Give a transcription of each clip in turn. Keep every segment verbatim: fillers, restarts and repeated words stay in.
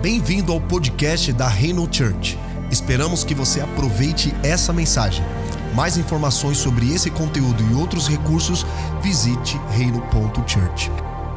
Bem-vindo ao podcast da Reino Church. Esperamos que você aproveite essa mensagem. Mais informações sobre esse conteúdo e outros recursos, visite reino ponto church.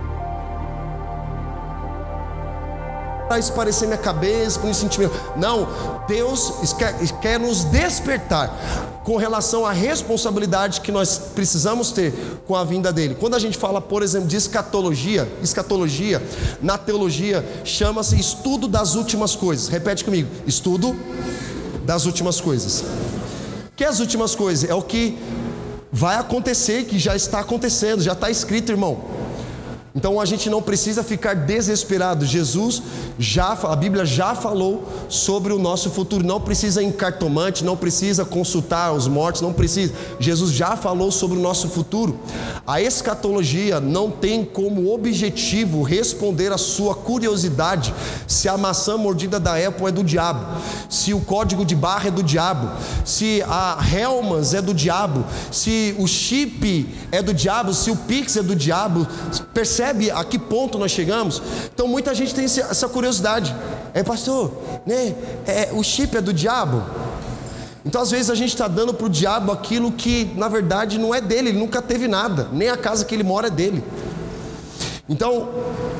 Para isso parecer minha cabeça, com esse sentimento. Não, Deus quer, quer nos despertar com relação à responsabilidade que nós precisamos ter com a vinda dele. Quando a gente fala, por exemplo, de escatologia, escatologia, na teologia, chama-se estudo das últimas coisas. Repete comigo, estudo das últimas coisas. O que é as últimas coisas? É o que vai acontecer, que já está acontecendo, já está escrito, irmão. Então a gente não precisa ficar desesperado. Jesus já, a Bíblia já falou sobre o nosso futuro. Não precisa ir em cartomante, não precisa consultar os mortos, não precisa. Jesus já falou sobre o nosso futuro. A escatologia não tem como objetivo responder à sua curiosidade se a maçã mordida da Apple é do diabo, se o código de barra é do diabo, se a Hellmann's é do diabo, se o chip é do diabo, se o Pix é do diabo. Percebe a que ponto nós chegamos? Então muita gente tem essa curiosidade. É, pastor, né? É, o chip é do diabo. Então às vezes a gente está dando para o diabo aquilo que na verdade não é dele. Ele nunca teve nada, nem a casa que ele mora é dele. Então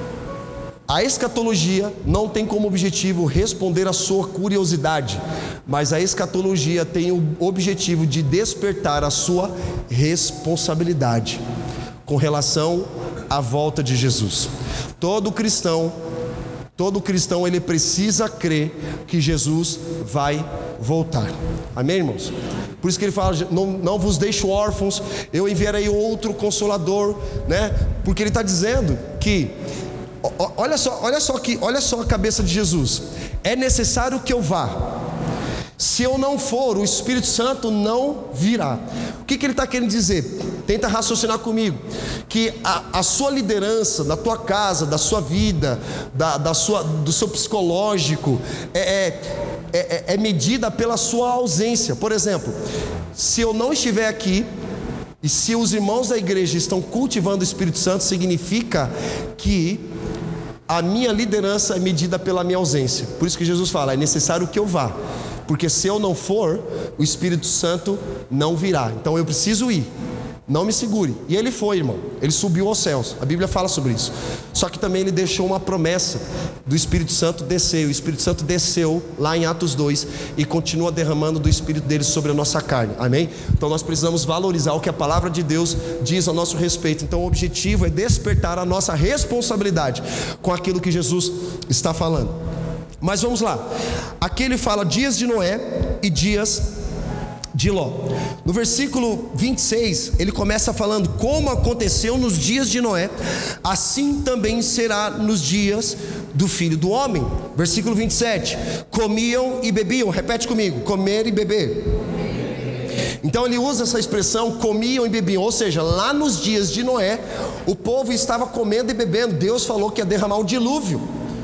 a escatologia não tem como objetivo responder à sua curiosidade, mas a escatologia tem o objetivo de despertar a sua responsabilidade com relação à volta de Jesus. Todo cristão, todo cristão ele precisa crer que Jesus vai voltar. Amém, irmãos? Por isso que ele fala, não, não vos deixo órfãos, eu enviarei outro consolador, né? Porque ele está dizendo que, olha só, olha só que, olha só a cabeça de Jesus. É necessário que eu vá. Se eu não for, o Espírito Santo não virá. O que, que ele está querendo dizer? Tenta raciocinar comigo. Que a, a sua liderança, da tua casa, da sua vida, da, da sua, do seu psicológico, é, é, é, é medida pela sua ausência. Por exemplo, se eu não estiver aqui, e se os irmãos da igreja estão cultivando o Espírito Santo, significa que a minha liderança é medida pela minha ausência. Por isso que Jesus fala, é necessário que eu vá. Porque se eu não for, o Espírito Santo não virá. Então eu preciso ir. Não me segure. E ele foi, irmão. Ele subiu aos céus. A Bíblia fala sobre isso. Só que também ele deixou uma promessa do Espírito Santo descer. O Espírito Santo desceu lá em Atos dois e continua derramando do Espírito dele sobre a nossa carne. Amém? Então nós precisamos valorizar o que a palavra de Deus diz a nosso respeito. Então o objetivo é despertar a nossa responsabilidade com aquilo que Jesus está falando. Mas vamos lá. Aqui ele fala dias de Noé e dias de Ló. No versículo vinte e seis, ele começa falando como aconteceu nos dias de Noé, assim também será nos dias do Filho do Homem. Versículo vinte e sete, comiam e bebiam. Repete comigo, comer e beber. Então ele usa essa expressão, comiam e bebiam, ou seja, lá nos dias de Noé, o povo estava comendo e bebendo. Deus falou que ia derramar o dilúvio.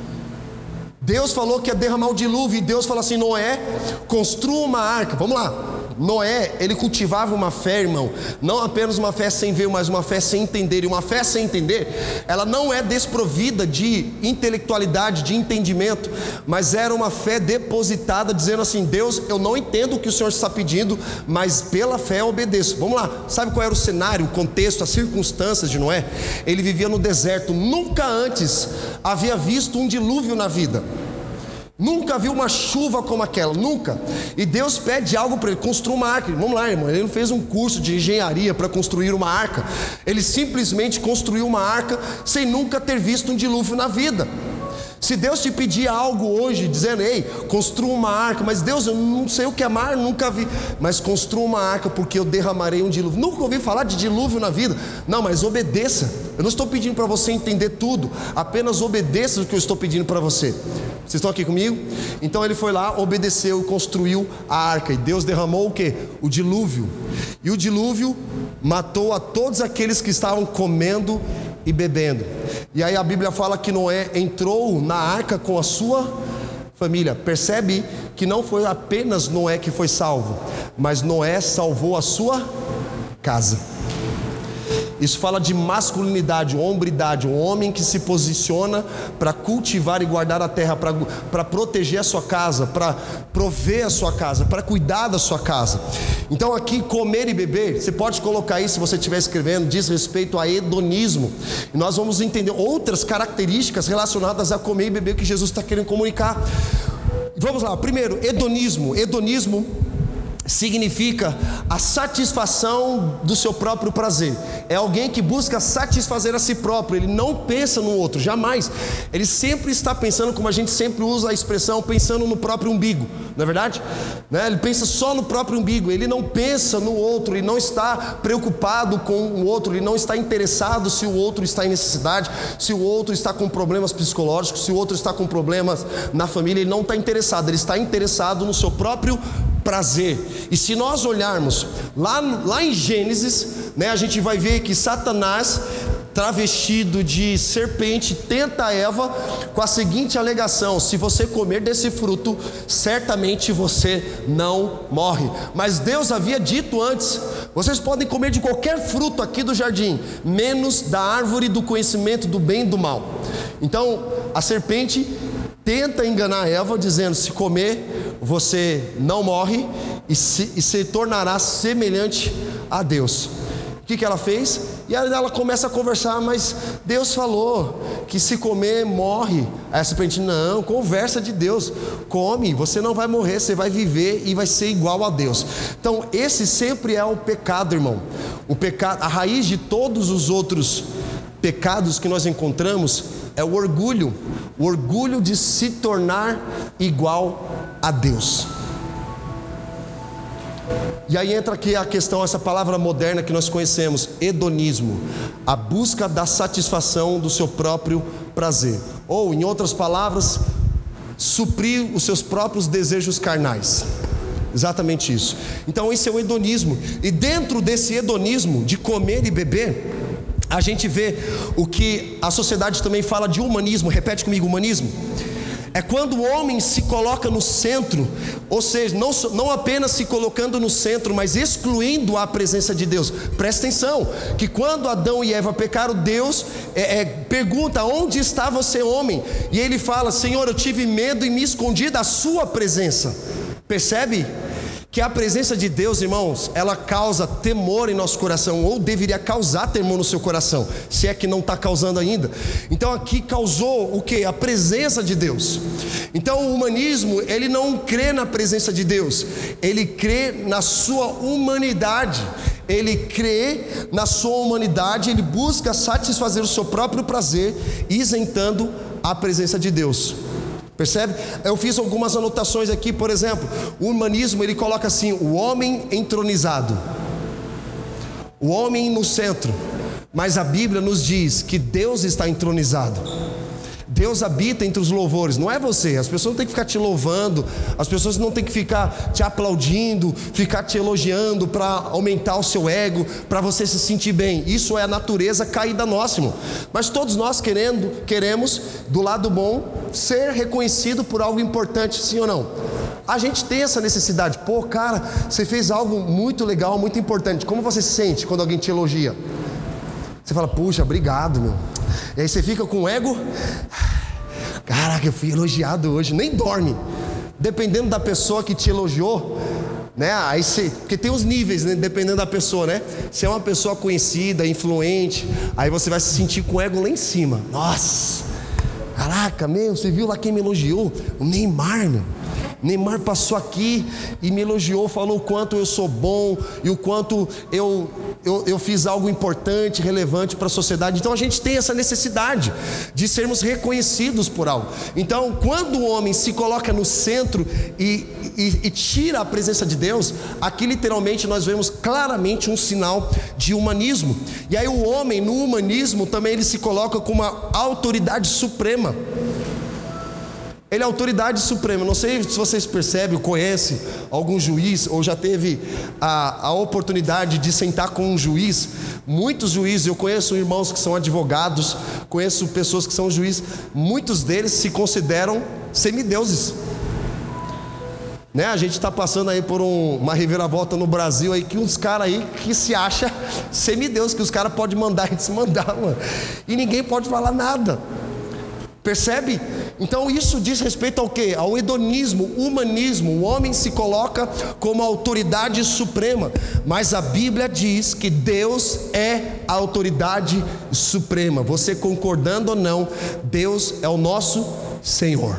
Deus falou que ia derramar o dilúvio. E Deus falou assim, Noé, construa uma arca. Vamos lá. Noé, ele cultivava uma fé, irmão. Não apenas uma fé sem ver, mas uma fé sem entender. E uma fé sem entender, ela não é desprovida de intelectualidade, de entendimento, mas era uma fé depositada, dizendo assim, Deus, eu não entendo o que o Senhor está pedindo, mas pela fé eu obedeço. Vamos lá. Sabe qual era o cenário, o contexto, as circunstâncias de Noé? Ele vivia no deserto. Nunca antes havia visto um dilúvio na vida. Nunca viu uma chuva como aquela, nunca. E Deus pede algo para ele, construa uma arca. Vamos lá, irmão, ele não fez um curso de engenharia para construir uma arca. Ele simplesmente construiu uma arca sem nunca ter visto um dilúvio na vida. Se Deus te pedir algo hoje, dizendo, ei, construa uma arca, mas Deus, eu não sei o que é mar, nunca vi, mas construa uma arca porque eu derramarei um dilúvio. Nunca ouvi falar de dilúvio na vida. Não, mas obedeça. Eu não estou pedindo para você entender tudo, apenas obedeça o que eu estou pedindo para você. Vocês estão aqui comigo? Então ele foi lá, obedeceu e construiu a arca. E Deus derramou o que? O dilúvio. E o dilúvio matou a todos aqueles que estavam comendo e bebendo. E aí a Bíblia fala que Noé entrou na arca com a sua família. Percebe que não foi apenas Noé que foi salvo, mas Noé salvou a sua casa. Isso fala de masculinidade, hombridade, um homem que se posiciona para cultivar e guardar a terra, para proteger a sua casa, para prover a sua casa, para cuidar da sua casa. Então aqui comer e beber, você pode colocar aí se você estiver escrevendo, diz respeito a hedonismo. E nós vamos entender outras características relacionadas a comer e beber que Jesus está querendo comunicar. Vamos lá, primeiro, hedonismo. Hedonismo significa a satisfação do seu próprio prazer. É alguém que busca satisfazer a si próprio. Ele não pensa no outro, jamais. Ele sempre está pensando, como a gente sempre usa a expressão, pensando no próprio umbigo, não é verdade? Né? Ele pensa só no próprio umbigo. Ele não pensa no outro. Ele não está preocupado com o outro. Ele não está interessado se o outro está em necessidade, se o outro está com problemas psicológicos, se o outro está com problemas na família. Ele não está interessado. Ele está interessado no seu próprio prazer. E se nós olharmos lá, lá em Gênesis, né, a gente vai ver que Satanás, travestido de serpente, tenta Eva com a seguinte alegação: se você comer desse fruto, certamente você não morre. Mas Deus havia dito antes: vocês podem comer de qualquer fruto aqui do jardim, menos da árvore do conhecimento do bem e do mal. Então a serpente tenta enganar Eva, dizendo: se comer, você não morre e se, e se tornará semelhante a Deus. O que, que ela fez? E aí ela começa a conversar: mas Deus falou que se comer, morre. Aí a serpente: não, conversa de Deus, come, você não vai morrer, você vai viver e vai ser igual a Deus. Então esse sempre é o pecado, irmão. O pecado, a raiz de todos os outros pecados que nós encontramos é o orgulho. O orgulho de se tornar igual a Deus. E aí entra aqui a questão, essa palavra moderna que nós conhecemos, hedonismo, a busca da satisfação do seu próprio prazer, ou em outras palavras, suprir os seus próprios desejos carnais. Exatamente isso. Então esse é o hedonismo. E dentro desse hedonismo de comer e beber, a gente vê o que a sociedade também fala de humanismo. Repete comigo: humanismo é quando o homem se coloca no centro, ou seja, não, não apenas se colocando no centro, mas excluindo a presença de Deus. Presta atenção, que quando Adão e Eva pecaram, Deus é, é, pergunta: onde está você, homem? E ele fala: Senhor, eu tive medo e me escondi da sua presença. Percebe? Que a presença de Deus, irmãos, ela causa temor em nosso coração, ou deveria causar temor no seu coração, se é que não está causando ainda. Então aqui causou o que? A presença de Deus. Então o humanismo, ele não crê na presença de Deus, ele crê na sua humanidade. Ele crê na sua humanidade, ele busca satisfazer o seu próprio prazer, isentando a presença de Deus. Percebe? Eu fiz algumas anotações aqui. Por exemplo, o humanismo, ele coloca assim: o homem entronizado, o homem no centro. Mas a Bíblia nos diz que Deus está entronizado. Deus habita entre os louvores, não é você. As pessoas não têm que ficar te louvando, as pessoas não têm que ficar te aplaudindo, ficar te elogiando para aumentar o seu ego, para você se sentir bem. Isso é a natureza caída nossa, irmão. Mas todos nós querendo, queremos, do lado bom, ser reconhecido por algo importante, sim ou não? A gente tem essa necessidade. Pô, cara, você fez algo muito legal, muito importante. Como você se sente quando alguém te elogia? Você fala: puxa, obrigado, meu. E aí você fica com o ego: caraca, eu fui elogiado hoje. Nem dorme, dependendo da pessoa que te elogiou, né? Aí você, porque tem os níveis, né? Dependendo da pessoa, né? Se é uma pessoa conhecida, influente, aí você vai se sentir com o ego lá em cima. Nossa, caraca, meu, você viu lá quem me elogiou? O Neymar, meu. Neymar passou aqui e me elogiou, falou o quanto eu sou bom e o quanto eu, eu, eu fiz algo importante, relevante para a sociedade. Então a gente tem essa necessidade de sermos reconhecidos por algo. Então quando o homem se coloca no centro e, e, e tira a presença de Deus, aqui literalmente nós vemos claramente um sinal de humanismo. E aí o homem no humanismo também ele se coloca como uma autoridade suprema. Ele é a autoridade suprema. Não sei se vocês percebem ou conhecem algum juiz, ou já teve a, a oportunidade de sentar com um juiz. Muitos juízes, eu conheço irmãos que são advogados, conheço pessoas que são juízes. Muitos deles se consideram semideuses. Né? A gente está passando aí por um, uma reviravolta no Brasil aí, que uns caras aí que se acha semideus, que os caras podem mandar e desmandar, mano. E ninguém pode falar nada. Percebe? Então isso diz respeito ao quê? Ao hedonismo, humanismo. O homem se coloca como a autoridade suprema, mas a Bíblia diz que Deus é a autoridade suprema. Você concordando ou não, Deus é o nosso Senhor.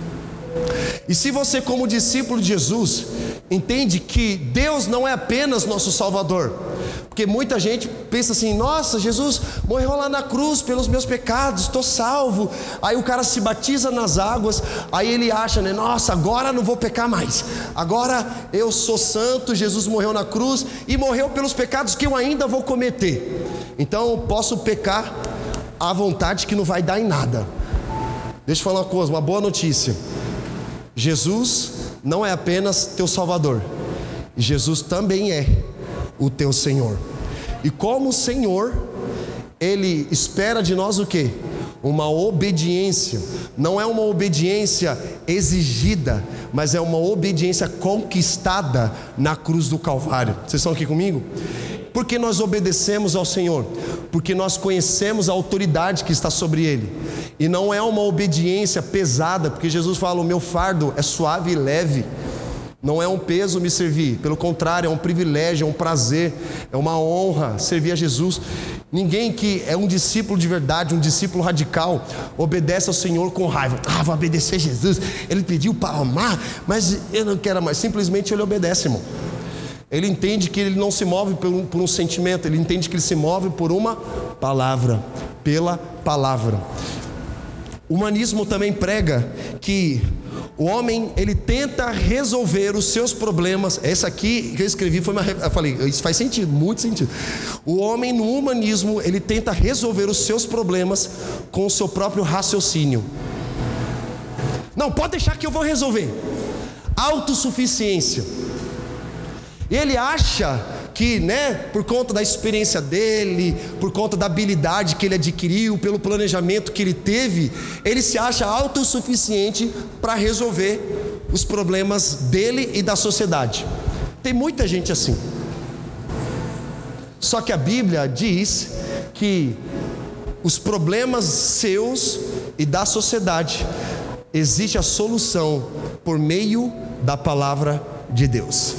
E se você, como discípulo de Jesus, entende que Deus não é apenas nosso Salvador, porque muita gente pensa assim: nossa, Jesus morreu lá na cruz pelos meus pecados, estou salvo. Aí o cara se batiza nas águas, aí ele acha, né, nossa, agora não vou pecar mais, agora eu sou santo, Jesus morreu na cruz e morreu pelos pecados que eu ainda vou cometer, então eu posso pecar à vontade, que não vai dar em nada. Deixa eu falar uma coisa, uma boa notícia: Jesus não é apenas teu Salvador, Jesus também é o teu Senhor. E como Senhor, Ele espera de nós o quê? Uma obediência. Não é uma obediência exigida, mas é uma obediência conquistada na cruz do Calvário. Vocês estão aqui comigo? Por que nós obedecemos ao Senhor? Porque nós conhecemos a autoridade que está sobre Ele. E não é uma obediência pesada, porque Jesus fala: o meu fardo é suave e leve. Não é um peso me servir, pelo contrário, é um privilégio, é um prazer, é uma honra servir a Jesus. Ninguém que é um discípulo de verdade, um discípulo radical, obedece ao Senhor com raiva. Ah, vou obedecer a Jesus, Ele pediu para amar, mas eu não quero mais. Simplesmente ele obedece, irmão. Ele entende que ele não se move por um, por um sentimento, ele entende que ele se move por uma palavra, pela palavra. O humanismo também prega que o homem, ele tenta resolver os seus problemas. Essa aqui que eu escrevi foi uma... Eu falei, isso faz sentido, muito sentido. O homem no humanismo, ele tenta resolver os seus problemas com o seu próprio raciocínio. Não, pode deixar que eu vou resolver. Autossuficiência. Ele acha que, né, por conta da experiência dele, por conta da habilidade que ele adquiriu, pelo planejamento que ele teve, ele se acha autossuficiente para resolver os problemas dele e da sociedade. Tem muita gente assim. Só que a Bíblia diz que os problemas seus e da sociedade, existe a solução por meio da palavra de Deus.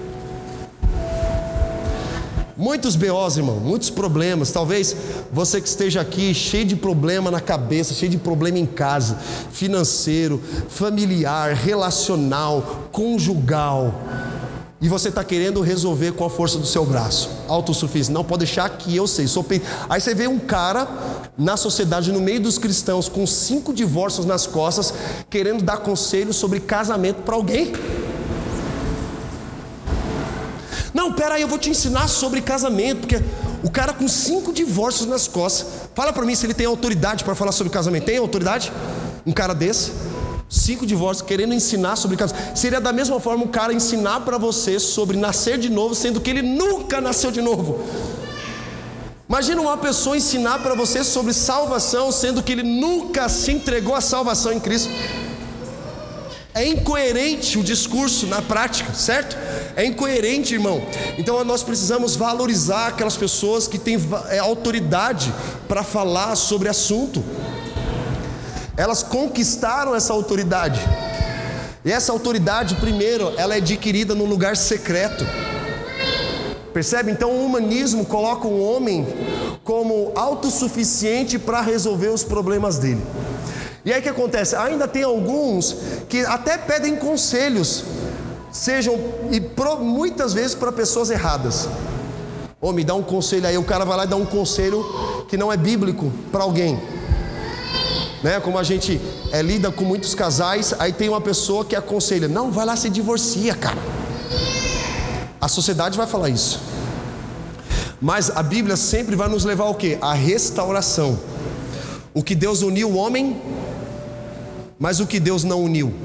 Muitos B Os, irmão, muitos problemas. Talvez você que esteja aqui cheio de problema na cabeça, cheio de problema em casa, financeiro, familiar, relacional, conjugal, e você está querendo resolver com a força do seu braço, autossuficiente. Não, pode deixar que eu sei, sou... Aí você vê um cara na sociedade, no meio dos cristãos, com cinco divórcios nas costas, querendo dar conselho sobre casamento para alguém. Não, pera aí, eu vou te ensinar sobre casamento, porque o cara com cinco divórcios nas costas, fala para mim se ele tem autoridade para falar sobre casamento. Tem autoridade? Um cara desse, cinco divórcios, querendo ensinar sobre casamento. Seria da mesma forma um cara ensinar para você sobre nascer de novo, sendo que ele nunca nasceu de novo. Imagina uma pessoa ensinar para você sobre salvação, sendo que ele nunca se entregou à salvação em Cristo. É incoerente o discurso na prática, certo? É incoerente, irmão. Então nós precisamos valorizar aquelas pessoas que têm autoridade para falar sobre assunto. Elas conquistaram essa autoridade. E essa autoridade, primeiro, ela é adquirida no lugar secreto. Percebe? Então o humanismo coloca o homem como autossuficiente para resolver os problemas dele. E aí o que acontece? Ainda tem alguns que até pedem conselhos, sejam, e pro, muitas vezes para pessoas erradas. Ou me dá um conselho aí, o cara vai lá e dá um conselho que não é bíblico para alguém, né? Como a gente é, lida com muitos casais, aí tem uma pessoa que aconselha: não, vai lá, se divorcia, cara. A sociedade vai falar isso, mas a Bíblia sempre vai nos levar ao quê? A restauração. O que Deus uniu, o homem, mas o que Deus não uniu.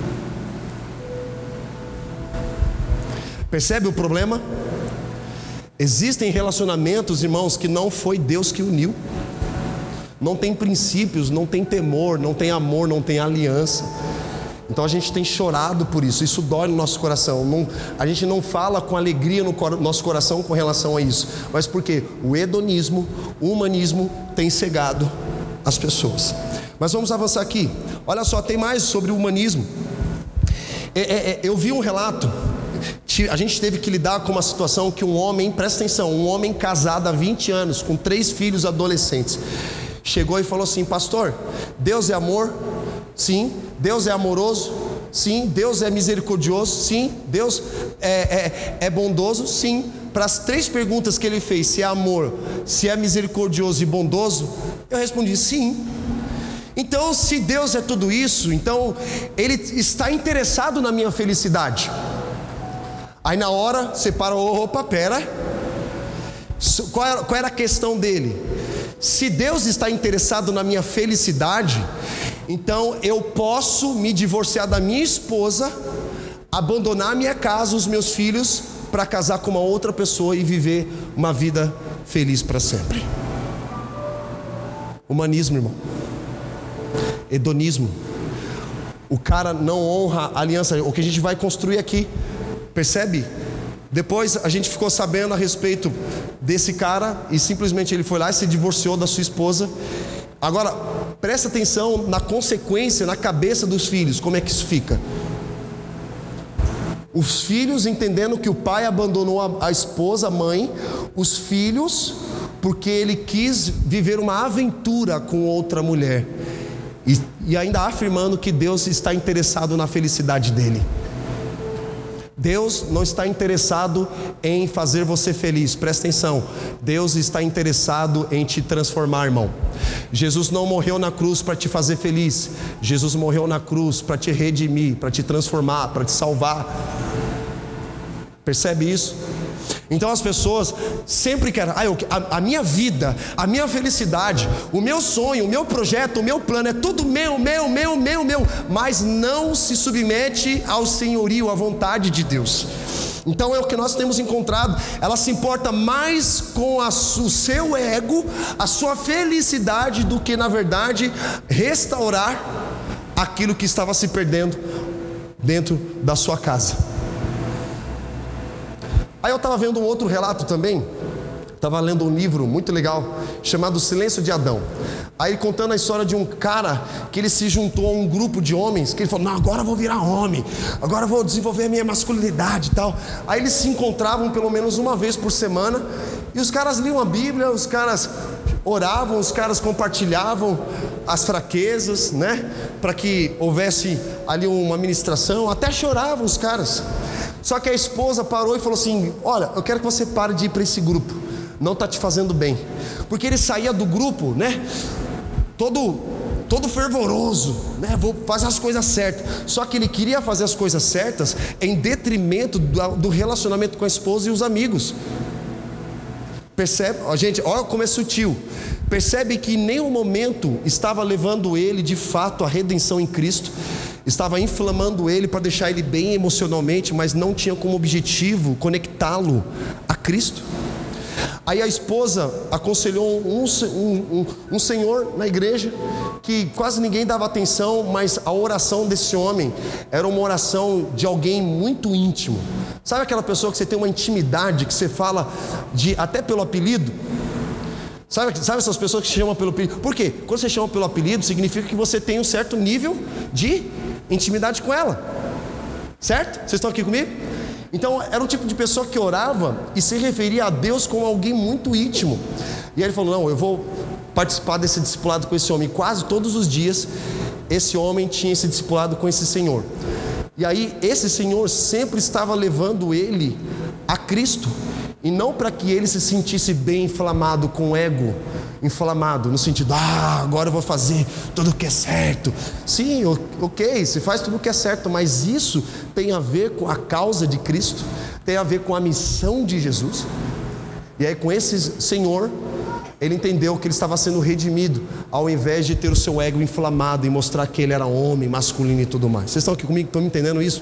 Percebe o problema? Existem relacionamentos, irmãos, que não foi Deus que uniu. Não tem princípios, não tem temor, não tem amor, não tem aliança. Então a gente tem chorado por isso, isso dói no nosso coração. Não, a gente não fala com alegria no cor, nosso coração com relação a isso, mas porque o hedonismo, o humanismo tem cegado as pessoas. Mas vamos avançar aqui. Olha só, tem mais sobre o humanismo. É, é, é, eu vi um relato. A gente teve que lidar com uma situação que um homem, presta atenção, um homem casado há vinte anos, com três filhos adolescentes, chegou e falou assim: pastor, Deus é amor? Sim. Deus é amoroso? Sim. Deus é misericordioso? Sim. Deus é, é, é bondoso? Sim. Para as três perguntas que ele fez, se é amor, se é misericordioso e bondoso, eu respondi sim. Então, se Deus é tudo isso, então Ele está interessado na minha felicidade. Aí na hora você para, opa, pera, qual era, qual era a questão dele? Se Deus está interessado na minha felicidade, então eu posso me divorciar da minha esposa, abandonar minha casa, os meus filhos, para casar com uma outra pessoa e viver uma vida feliz para sempre. Humanismo, irmão. Hedonismo. O cara não honra a aliança, o que a gente vai construir aqui. Percebe? Depois a gente ficou sabendo a respeito desse cara e simplesmente ele foi lá e se divorciou da sua esposa. Agora, presta atenção na consequência, na cabeça dos filhos, como é que isso fica? Os filhos entendendo que o pai abandonou a, a esposa, a mãe, os filhos, porque ele quis viver uma aventura com outra mulher, e, e ainda afirmando que Deus está interessado na felicidade dele. Deus não está interessado em fazer você feliz, presta atenção. Deus está interessado em te transformar, irmão. Jesus não morreu na cruz para te fazer feliz. Jesus morreu na cruz para te redimir, para te transformar, para te salvar. Percebe isso? Então as pessoas sempre querem, ah, eu, a, a minha vida, a minha felicidade, o meu sonho, o meu projeto, o meu plano é tudo meu, meu, meu, meu, meu, mas não se submete ao senhorio, à vontade de Deus. Então é o que nós temos encontrado. Ela se importa mais com a, o seu ego, a sua felicidade, do que na verdade restaurar aquilo que estava se perdendo dentro da sua casa. Aí eu estava vendo um outro relato também, estava lendo um livro muito legal, chamado Silêncio de Adão. Aí contando a história de um cara que ele se juntou a um grupo de homens, que ele falou, não, agora eu vou virar homem, agora eu vou desenvolver a minha masculinidade e tal. Aí eles se encontravam pelo menos uma vez por semana, e os caras liam a Bíblia, os caras oravam, os caras compartilhavam as fraquezas, né, para que houvesse ali uma ministração, até choravam os caras. Só que a esposa parou e falou assim, olha, eu quero que você pare de ir para esse grupo, não está te fazendo bem. Porque ele saía do grupo, né, todo, todo fervoroso, né, vou fazer as coisas certas. Só que ele queria fazer as coisas certas em detrimento do, do relacionamento com a esposa e os amigos. Percebe? Ó, gente, olha como é sutil. Percebe que em nenhum momento estava levando ele de fato à redenção em Cristo. Estava inflamando ele para deixar ele bem emocionalmente, mas não tinha como objetivo conectá-lo a Cristo. Aí a esposa aconselhou um, um, um, um senhor na igreja, que quase ninguém dava atenção, mas a oração desse homem era uma oração de alguém muito íntimo. Sabe aquela pessoa que você tem uma intimidade, que você fala de, até pelo apelido? Sabe, sabe essas pessoas que chamam pelo apelido? Por quê? Quando você chama pelo apelido, significa que você tem um certo nível de intimidade com ela. Certo? Vocês estão aqui comigo? Então era um tipo de pessoa que orava e se referia a Deus como alguém muito íntimo. E aí ele falou, não, eu vou participar desse discipulado com esse homem. E quase todos os dias esse homem tinha esse discipulado com esse senhor. E aí esse senhor sempre estava levando ele a Cristo, e não para que ele se sentisse bem inflamado, com o ego inflamado, no sentido, ah, agora eu vou fazer tudo o que é certo. Sim, ok, você faz tudo o que é certo, mas isso tem a ver com a causa de Cristo, tem a ver com a missão de Jesus. E aí com esse senhor, ele entendeu que ele estava sendo redimido, ao invés de ter o seu ego inflamado e mostrar que ele era homem, masculino e tudo mais. Vocês estão aqui comigo? Estão me entendendo isso?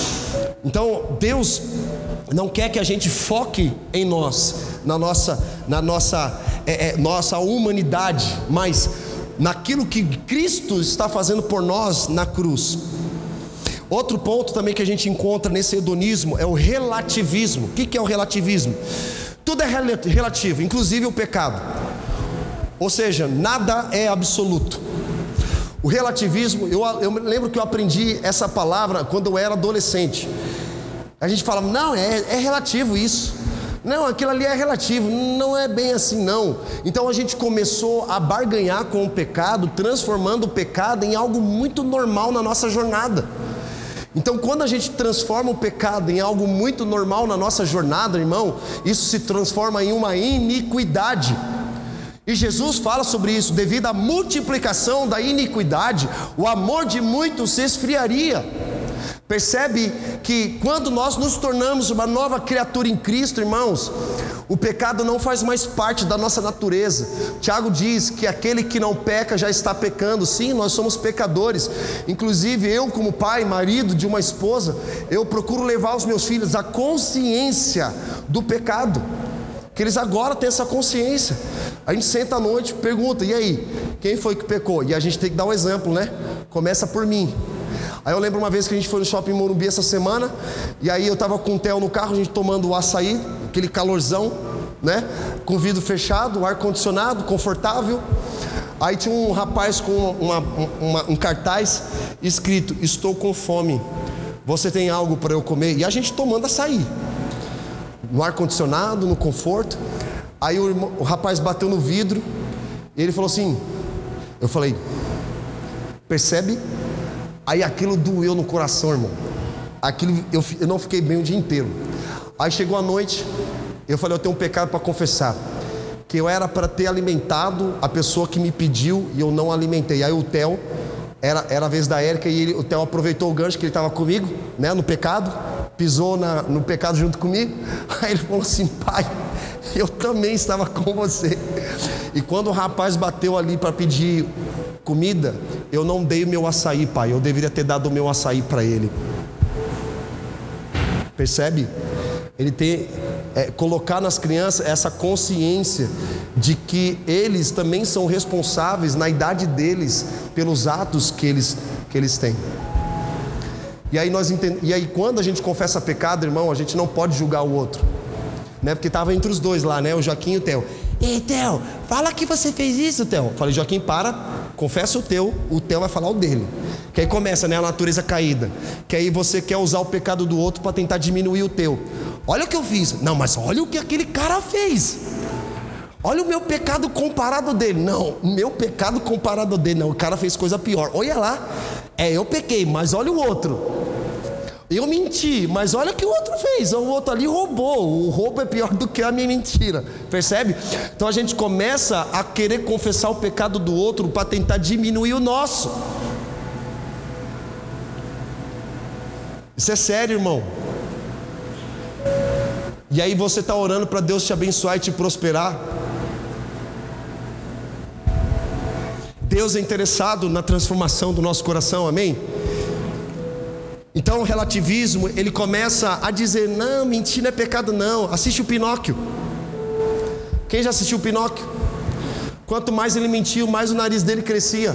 Então Deus não quer que a gente foque em nós, na nossa, na nossa, é, é, nossa humanidade, mas naquilo que Cristo está fazendo por nós na cruz. Outro ponto também que a gente encontra nesse hedonismo é o relativismo. O que é o relativismo? Tudo é relativo, inclusive o pecado. Ou seja, nada é absoluto. O relativismo, eu, eu lembro que eu aprendi essa palavra quando eu era adolescente. A gente fala, não, é, é relativo isso. Não, aquilo ali é relativo, não é bem assim não. Então a gente começou a barganhar com o pecado, transformando o pecado em algo muito normal na nossa jornada. Então quando a gente transforma o pecado em algo muito normal na nossa jornada, irmão, isso se transforma em uma iniquidade. E Jesus fala sobre isso: devido à multiplicação da iniquidade, o amor de muitos se esfriaria. Percebe que quando nós nos tornamos uma nova criatura em Cristo, irmãos, o pecado não faz mais parte da nossa natureza. Tiago diz que aquele que não peca já está pecando. Sim, nós somos pecadores. Inclusive eu, como pai, marido de uma esposa, eu procuro levar os meus filhos à consciência do pecado, que eles agora têm essa consciência. A gente senta à noite, pergunta, e aí, quem foi que pecou? E a gente tem que dar um exemplo, né? Começa por mim. Aí eu lembro uma vez que a gente foi no shopping Morumbi essa semana, e aí eu estava com o Theo no carro, a gente tomando o açaí, aquele calorzão, né? Com o vidro fechado, ar-condicionado, confortável. Aí tinha um rapaz com uma, uma, um cartaz escrito: estou com fome, você tem algo para eu comer? E a gente tomando açaí, no ar-condicionado, no conforto. Aí o, irmão, o rapaz bateu no vidro, e ele falou assim, eu falei, percebe? Aí aquilo doeu no coração, irmão. Aquilo, eu, eu não fiquei bem o dia inteiro. Aí chegou a noite, eu falei, eu tenho um pecado para confessar, que eu era para ter alimentado a pessoa que me pediu e eu não alimentei. Aí o Theo, era, era a vez da Érica, e ele, o Theo aproveitou o gancho que ele estava comigo, né, no pecado, pisou na, no pecado junto comigo. Aí ele falou assim, pai, eu também estava com você. E quando o rapaz bateu ali para pedir comida, eu não dei o meu açaí, pai, eu deveria ter dado o meu açaí para ele. Percebe? Ele tem, é, colocar nas crianças essa consciência de que eles também são responsáveis na idade deles pelos atos que eles, que eles têm. E aí, nós entend... e aí quando a gente confessa pecado, irmão, a gente não pode julgar o outro, né? Porque estava entre os dois lá, né? O Joaquim e o Theo. Ei, Theo, fala que você fez isso, Theo. Falei, Joaquim, para, confessa o teu, o Theo vai falar o dele. Que aí começa, né, a natureza caída. Que aí você quer usar o pecado do outro para tentar diminuir o teu. Olha o que eu fiz. Não, mas olha o que aquele cara fez. Olha o meu pecado comparado dele. Não, o meu pecado comparado dele. Não, o cara fez coisa pior. Olha lá. É, eu pequei, mas olha o outro. Eu menti, mas olha o que o outro fez. O outro ali roubou. O roubo é pior do que a minha mentira. Percebe? Então a gente começa a querer confessar o pecado do outro para tentar diminuir o nosso. Isso é sério, irmão. E aí você está orando para Deus te abençoar e te prosperar. Deus é interessado na transformação do nosso coração, amém? Então o relativismo, ele começa a dizer, não, mentira não é pecado não. Assiste o Pinóquio. Quem já assistiu o Pinóquio? Quanto mais ele mentiu, mais o nariz dele crescia.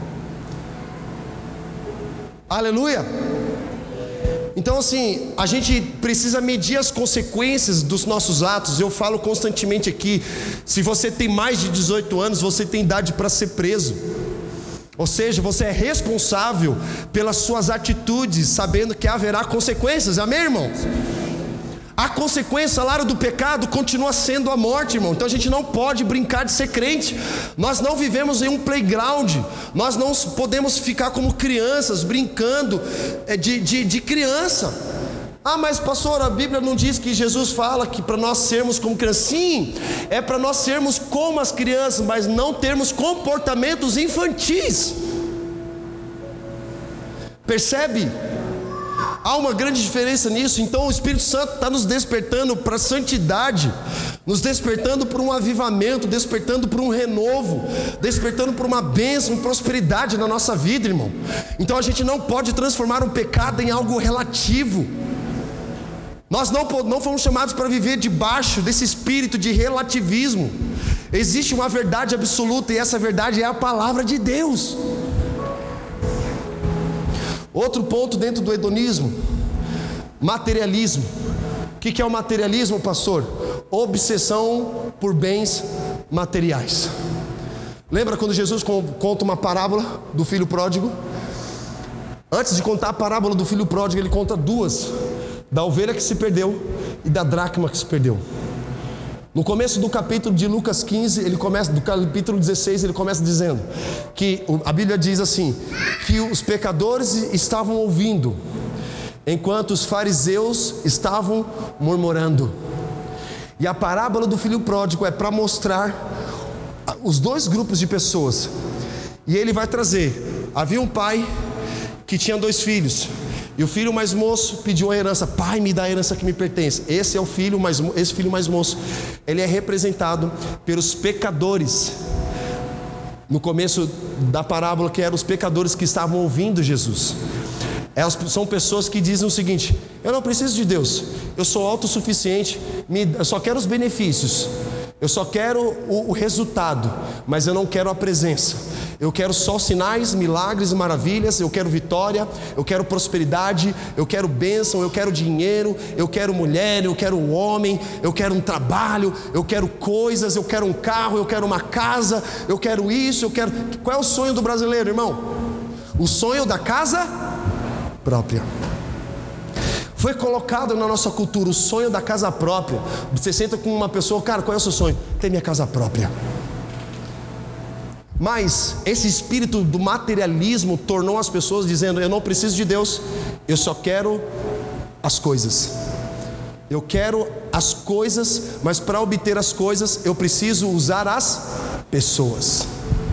Aleluia. Então assim, a gente precisa medir as consequências dos nossos atos. Eu falo constantemente aqui, se você tem mais de dezoito anos, você tem idade para ser preso. Ou seja, você é responsável pelas suas atitudes, sabendo que haverá consequências, amém, irmãos? A consequência, o salário do pecado continua sendo a morte, irmão. Então a gente não pode brincar de ser crente. Nós não vivemos em um playground. Nós não podemos ficar como crianças, brincando de, de, de criança. Ah, mas pastor, a Bíblia não diz que Jesus fala que para nós sermos como crianças? Sim, é para nós sermos como as crianças, mas não termos comportamentos infantis. Percebe? Há uma grande diferença nisso. Então o Espírito Santo está nos despertando para a santidade, nos despertando para um avivamento, despertando para um renovo, despertando para uma bênção, prosperidade na nossa vida, irmão. Então a gente não pode transformar o pecado em algo relativo. Nós não, não fomos chamados para viver debaixo desse espírito de relativismo. Existe uma verdade absoluta, e essa verdade é a palavra de Deus. Outro ponto dentro do hedonismo: materialismo. O que é o materialismo, pastor? Obsessão por bens materiais. Lembra quando Jesus conta uma parábola do filho pródigo? Antes de contar a parábola do filho pródigo, ele conta duas: da ovelha que se perdeu e da dracma que se perdeu. No começo do capítulo de Lucas quinze, ele começa, do capítulo dezesseis, ele começa dizendo que a Bíblia diz assim: que os pecadores estavam ouvindo, enquanto os fariseus estavam murmurando. E a parábola do filho pródigo é para mostrar os dois grupos de pessoas. E ele vai trazer: havia um pai que tinha dois filhos, e o filho mais moço pediu a herança. Pai, me dá a herança que me pertence. Esse é o filho mais, esse filho mais moço, ele é representado pelos pecadores. No começo da parábola, que eram os pecadores que estavam ouvindo Jesus. Elas são pessoas que dizem o seguinte: eu não preciso de Deus, eu sou autossuficiente, eu só quero os benefícios, eu só quero o, o resultado, mas eu não quero a presença. Eu quero só sinais, milagres e maravilhas. Eu quero vitória, eu quero prosperidade, eu quero bênção, eu quero dinheiro, eu quero mulher, eu quero um homem, eu quero um trabalho, eu quero coisas, eu quero um carro, eu quero uma casa, eu quero isso, eu quero... Qual é o sonho do brasileiro, irmão? O sonho da casa própria. Foi colocado na nossa cultura o sonho da casa própria. Você senta com uma pessoa: cara, qual é o seu sonho? Ter minha casa própria. Mas esse espírito do materialismo tornou as pessoas dizendo: eu não preciso de Deus, eu só quero as coisas. Eu quero as coisas, mas para obter as coisas eu preciso usar as pessoas.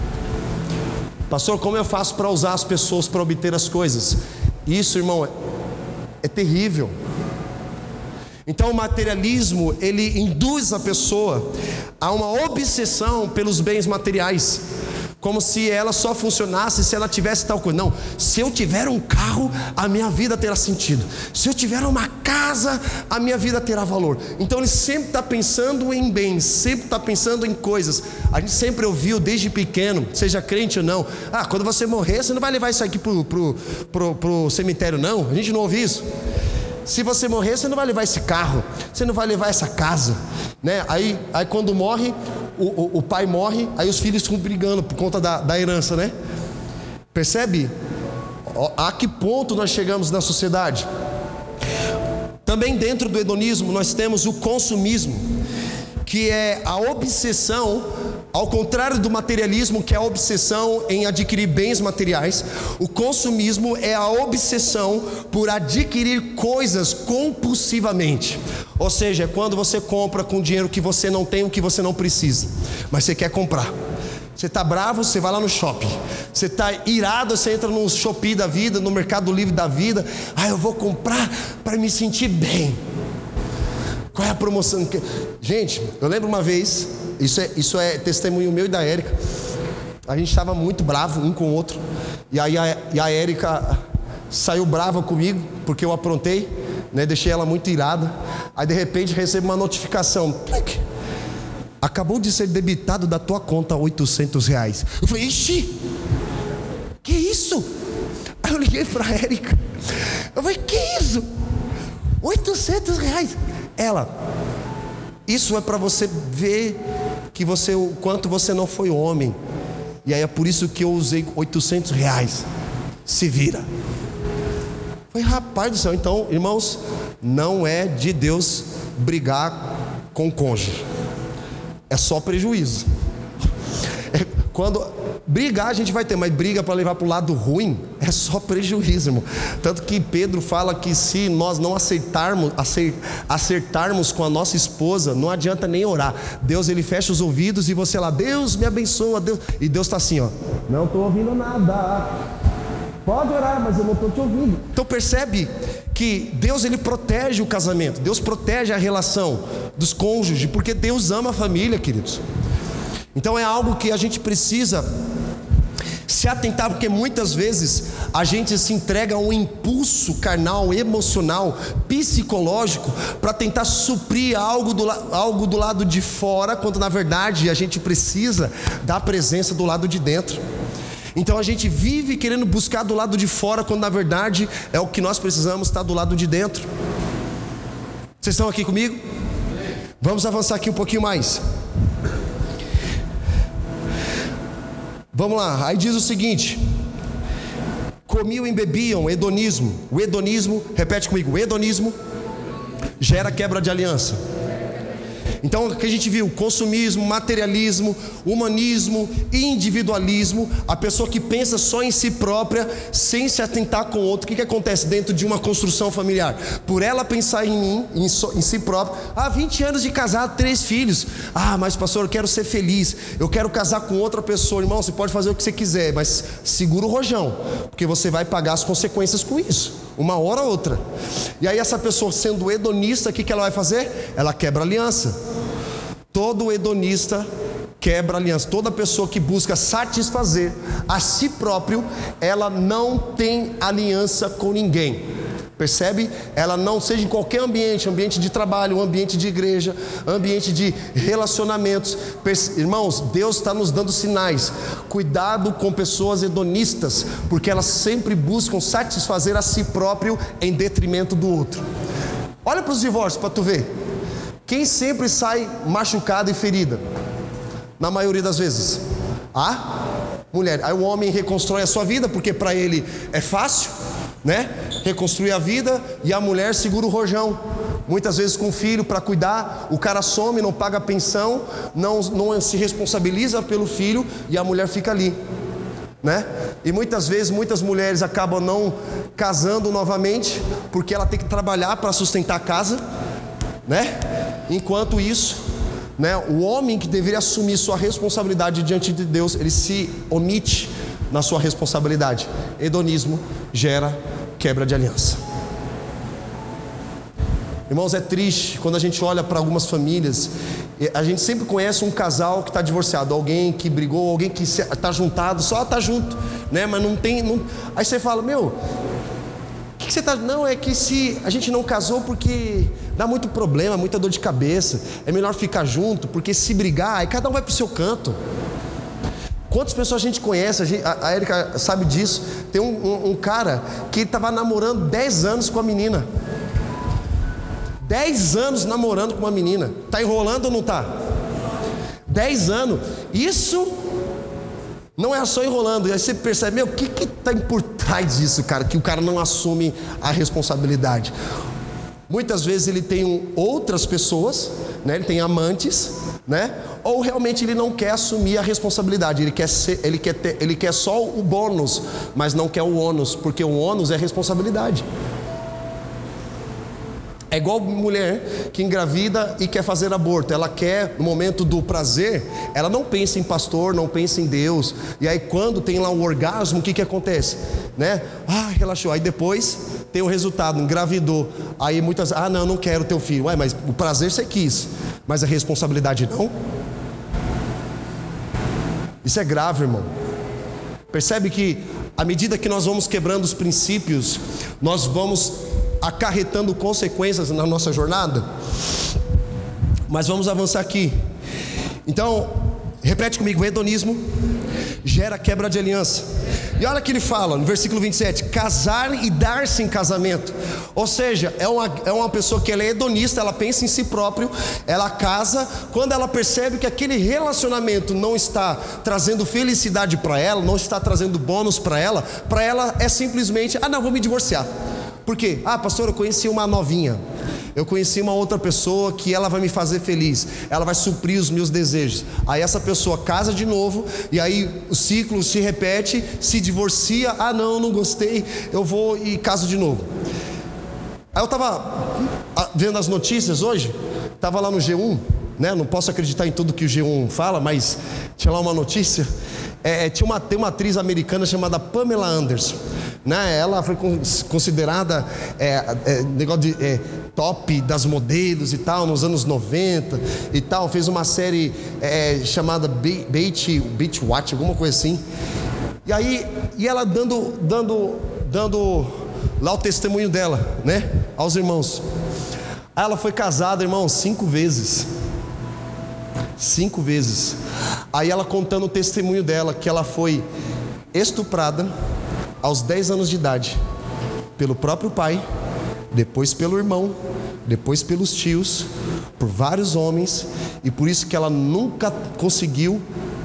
Pastor, como eu faço para usar as pessoas para obter as coisas? Isso, irmão, é, é terrível. Então o materialismo, ele induz a pessoa a uma obsessão pelos bens materiais, como se ela só funcionasse se ela tivesse tal coisa. Não, se eu tiver um carro, a minha vida terá sentido. Se eu tiver uma casa, a minha vida terá valor. Então ele sempre está pensando em bens, sempre está pensando em coisas. A gente sempre ouviu desde pequeno, seja crente ou não: ah, quando você morrer, você não vai levar isso aqui pro, pro, pro, pro cemitério, não. A gente não ouve isso. Se você morrer, você não vai levar esse carro, você não vai levar essa casa, né? Aí, aí quando morre, o, o, o pai morre, aí os filhos ficam brigando por conta da, da herança, né? Percebe a que ponto nós chegamos na sociedade? Também dentro do hedonismo nós temos o consumismo, que é a obsessão, ao contrário do materialismo, que é a obsessão em adquirir bens materiais. O consumismo é a obsessão por adquirir coisas compulsivamente. Ou seja, é quando você compra com dinheiro que você não tem, o que você não precisa, mas você quer comprar. Você está bravo, você vai lá no shopping. Você está irado, você entra no Shopee da vida, no Mercado Livre da vida. Ah, eu vou comprar para me sentir bem. Qual é a promoção? Gente, eu lembro uma vez, isso é, isso é testemunho meu e da Érica. A gente estava muito bravo um com o outro. E aí a, e a Érica saiu brava comigo, porque eu aprontei, né, deixei ela muito irada. Aí de repente recebo uma notificação: acabou de ser debitado da tua conta oitocentos reais. Eu falei: ixi, que isso? Aí eu liguei para a Érica. Eu falei: que isso? oitocentos reais? Ela: isso é para você ver que você, o quanto você não foi homem. E aí é por isso que eu usei oitocentos reais. Se vira. Foi, rapaz do céu. Então, irmãos, não é de Deus brigar com o cônjuge. É só prejuízo. É, quando brigar a gente vai ter, mas briga para levar para o lado ruim é só prejuízo, irmão. Tanto que Pedro fala que se nós não acertarmos, acertarmos com a nossa esposa, não adianta nem orar. Deus, ele fecha os ouvidos e você lá: Deus me abençoa, Deus. E Deus está assim, ó: não estou ouvindo nada. Pode orar, mas eu não estou te ouvindo. Então percebe que Deus, ele protege o casamento. Deus protege a relação dos cônjuges, porque Deus ama a família, queridos. Então é algo que a gente precisa se atentar, porque muitas vezes a gente se entrega a um impulso carnal, emocional, psicológico, para tentar suprir algo do, algo do lado de fora, quando na verdade a gente precisa da presença do lado de dentro. Então a gente vive querendo buscar do lado de fora, quando na verdade é o que nós precisamos estar do lado de dentro. Vocês estão aqui comigo? Vamos avançar aqui um pouquinho mais. Vamos lá, aí diz o seguinte: comiam e bebiam, hedonismo. O hedonismo, repete comigo, o hedonismo gera quebra de aliança. Então o que a gente viu? Consumismo, materialismo, humanismo, individualismo. A pessoa que pensa só em si própria, sem se atentar com o outro. O que, que acontece dentro de uma construção familiar? Por ela pensar em mim, em, so, em si própria. Ah, vinte anos de casado, três filhos. Ah, mas pastor, eu quero ser feliz, eu quero casar com outra pessoa. Irmão, você pode fazer o que você quiser, mas segura o rojão, porque você vai pagar as consequências com isso, uma hora ou outra. E aí essa pessoa, sendo hedonista, o que, que ela vai fazer? Ela quebra aliança. Todo hedonista quebra aliança. Toda pessoa que busca satisfazer a si próprio, ela não tem aliança com ninguém. Percebe? Ela não, seja em qualquer ambiente, ambiente de trabalho, ambiente de igreja, ambiente de relacionamentos. Irmãos, Deus está nos dando sinais. Cuidado com pessoas hedonistas, porque elas sempre buscam satisfazer a si próprio em detrimento do outro. Olha para os divórcios para tu ver. Quem sempre sai machucada e ferida? Na maioria das vezes, a mulher. Aí o homem reconstrói a sua vida, porque para ele é fácil, né? Reconstruir a vida. E a mulher segura o rojão, muitas vezes com o filho para cuidar. O cara some, não paga pensão, não, não se responsabiliza pelo filho, e a mulher fica ali, né? E muitas vezes, muitas mulheres acabam não casando novamente, porque ela tem que trabalhar para sustentar a casa, né? Enquanto isso, né, o homem que deveria assumir sua responsabilidade diante de Deus, ele se omite na sua responsabilidade. Hedonismo gera quebra de aliança. Irmãos, é triste quando a gente olha para algumas famílias. A gente sempre conhece um casal que está divorciado, alguém que brigou, alguém que está juntado, só está junto, né? Mas não tem. Não... Aí você fala, meu, o que, que você está. Não, é que se a gente não casou porque dá muito problema, muita dor de cabeça, é melhor ficar junto, porque se brigar, aí cada um vai para o seu canto. Quantas pessoas a gente conhece? A, gente, a, a Erika sabe disso. Tem um, um, um cara que estava namorando dez anos com a menina. dez anos namorando com uma menina. Está enrolando ou não está? dez anos. Isso não é só enrolando. E aí você percebe, meu, o que está por trás disso, cara? Que o cara não assume a responsabilidade. Muitas vezes ele tem um, outras pessoas, né? Ele tem amantes, né? Ou realmente ele não quer assumir a responsabilidade. Ele quer, ser, ele, quer ter, ele quer só o bônus, mas não quer o ônus, porque o ônus é responsabilidade. É igual mulher que engravida e quer fazer aborto. Ela quer, no momento do prazer, ela não pensa em pastor, não pensa em Deus. E aí quando tem lá um orgasmo, o que que acontece? Né? Ah, relaxou. Aí depois tem o resultado, engravidou. Aí muitas, ah não, não quero teu filho. Ué, mas o prazer você quis, mas a responsabilidade não? Isso é grave, irmão. Percebe que à medida que nós vamos quebrando os princípios, nós vamos acarretando consequências na nossa jornada. Mas vamos avançar aqui. Então, repete comigo: o hedonismo gera quebra de aliança. E olha que ele fala no versículo vinte e sete: casar e dar-se em casamento. Ou seja, é uma, é uma pessoa que ela é hedonista, ela pensa em si próprio, ela casa. Quando ela percebe que aquele relacionamento não está trazendo felicidade para ela, não está trazendo bônus para ela, para ela é simplesmente, ah não, vou me divorciar. Por quê? Ah, pastor, eu conheci uma novinha, eu conheci uma outra pessoa que ela vai me fazer feliz, ela vai suprir os meus desejos. Aí essa pessoa casa de novo, e aí o ciclo se repete, se divorcia. Ah não, não gostei, eu vou e caso de novo. Aí eu estava vendo as notícias hoje, estava lá no G um, né? Não posso acreditar em tudo que o G um fala, mas tinha lá uma notícia. É, tinha uma, tem uma atriz americana chamada Pamela Anderson, né? Ela foi considerada é, é, negócio de é, top das modelos e tal, nos anos noventa e tal. Fez uma série é, chamada Beach, Beach Watch, alguma coisa assim. E aí, e ela dando, dando, dando lá o testemunho dela, né? Aos irmãos. Aí ela foi casada, irmão, cinco vezes. Cinco vezes. Aí ela contando o testemunho dela, que ela foi estuprada aos dez anos de idade, pelo próprio pai, depois pelo irmão, depois pelos tios, por vários homens, e por isso que ela nunca conseguiu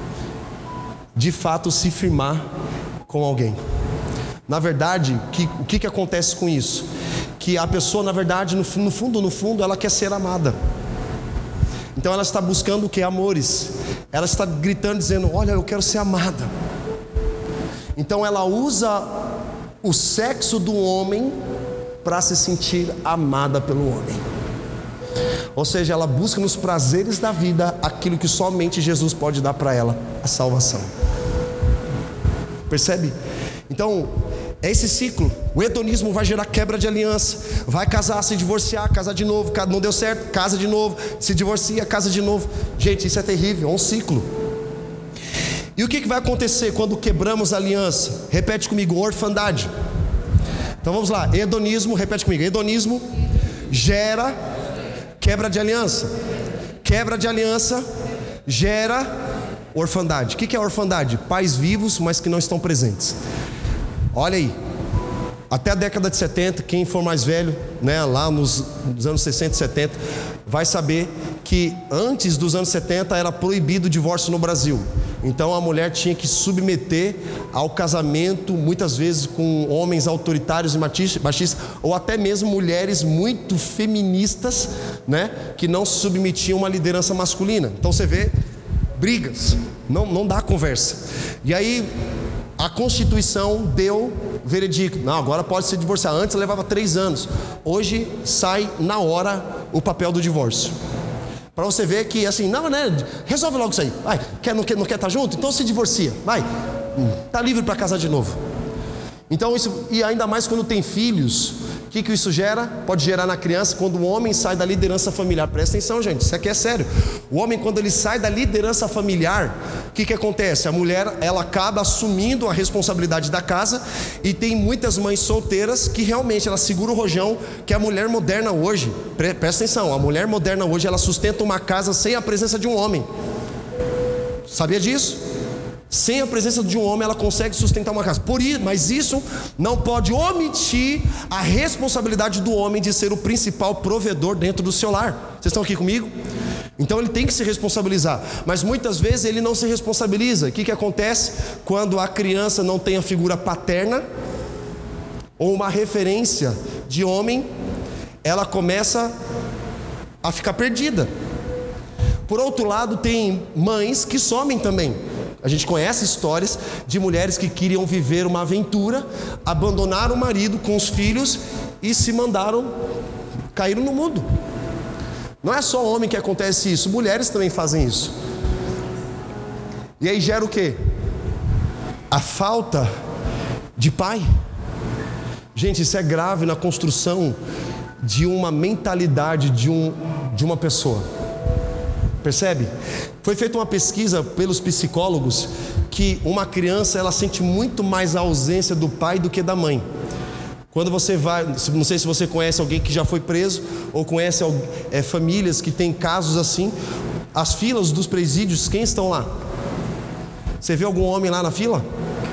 de fato se firmar com alguém. Na verdade, que, o que, que acontece com isso? Que a pessoa, na verdade, no, no fundo, no fundo, ela quer ser amada. Então ela está buscando o que? Amores. Ela está gritando, dizendo: olha, eu quero ser amada. Então ela usa o sexo do homem para se sentir amada pelo homem. Ou seja, ela busca nos prazeres da vida aquilo que somente Jesus pode dar para ela, a salvação. Percebe? Então, é esse ciclo. O hedonismo vai gerar quebra de aliança. Vai casar, se divorciar, casar de novo. Não deu certo, casa de novo. Se divorcia, casa de novo. Gente, isso é terrível, é um ciclo. E o que vai acontecer quando quebramos a aliança? Repete comigo: orfandade. Então vamos lá, hedonismo, repete comigo: hedonismo gera quebra de aliança. Quebra de aliança gera orfandade. O que é orfandade? Pais vivos, mas que não estão presentes. Olha aí, até a década de setenta, quem for mais velho, né, lá nos, nos anos sessenta e setenta, vai saber que antes dos anos setenta era proibido o divórcio no Brasil. Então a mulher tinha que submeter ao casamento, muitas vezes com homens autoritários e machistas, ou até mesmo mulheres muito feministas, né, que não se submetiam a uma liderança masculina. Então você vê brigas, não, não dá conversa. E aí a Constituição deu veredicto: não, agora pode se divorciar. Antes levava três anos, hoje sai na hora o papel do divórcio. Para você ver que assim, não, né? Resolve logo isso aí. Vai, quer, não quer, não quer estar junto? Então se divorcia. Vai, tá livre para casar de novo. Então isso, e ainda mais quando tem filhos, o que que isso gera? Pode gerar na criança quando o homem sai da liderança familiar. Presta atenção, gente, isso aqui é sério. O homem, quando ele sai da liderança familiar, o que que acontece? A mulher, ela acaba assumindo a responsabilidade da casa, e tem muitas mães solteiras que realmente ela segura o rojão, que a mulher moderna hoje, presta atenção, a mulher moderna hoje, ela sustenta uma casa sem a presença de um homem. Sabia disso? Sem a presença de um homem ela consegue sustentar uma casa. Por isso, mas isso não pode omitir a responsabilidade do homem de ser o principal provedor dentro do seu lar. Vocês estão aqui comigo? Então ele tem que se responsabilizar, mas muitas vezes ele não se responsabiliza. O que que acontece quando a criança não tem a figura paterna ou uma referência de homem? Ela começa a ficar perdida. Por outro lado, tem mães que somem também. A gente conhece histórias de mulheres que queriam viver uma aventura, abandonaram o marido com os filhos e se mandaram, caíram no mundo. Não é só homem que acontece isso, mulheres também fazem isso. E aí gera o quê? A falta de pai. Gente, isso é grave na construção de uma mentalidade de, um, de uma pessoa. Percebe? Foi feita uma pesquisa pelos psicólogos que uma criança, ela sente muito mais a ausência do pai do que da mãe. Quando você vai, não sei se você conhece alguém que já foi preso, ou conhece é, famílias que têm casos assim, as filas dos presídios, quem estão lá? Você vê algum homem lá na fila?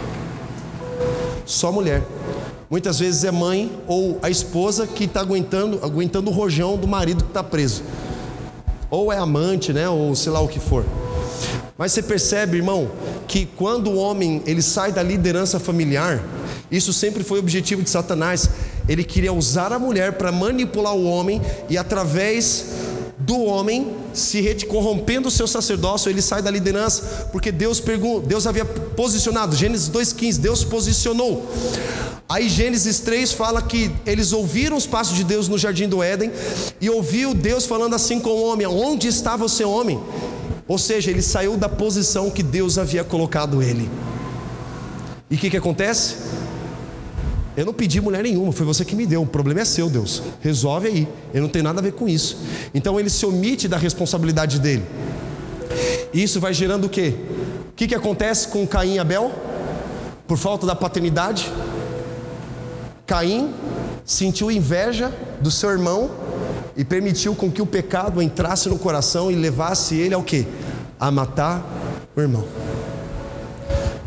Só mulher. Muitas vezes é mãe ou a esposa que está aguentando, aguentando o rojão do marido que está preso. Ou é amante, né? Ou sei lá o que for. Mas você percebe, irmão, que quando o homem ele sai da liderança familiar, isso sempre foi o objetivo de Satanás. Ele queria usar a mulher para manipular o homem, e através do homem, se corrompendo o seu sacerdócio, ele sai da liderança, porque Deus, pergun- Deus havia posicionado. Gênesis dois quinze, Deus posicionou. Aí Gênesis três fala que eles ouviram os passos de Deus no jardim do Éden, e ouviu Deus falando assim com o homem: onde está você, homem? Ou seja, ele saiu da posição que Deus havia colocado ele. E o que que acontece? Eu não pedi mulher nenhuma, foi você que me deu. O problema é seu, Deus, resolve aí, eu não tenho nada a ver com isso. Então ele se omite da responsabilidade dele. E isso vai gerando o quê? O que que acontece com Caim e Abel? Por falta da paternidade, Caim sentiu inveja do seu irmão e permitiu com que o pecado entrasse no coração e levasse ele ao quê? A matar o irmão.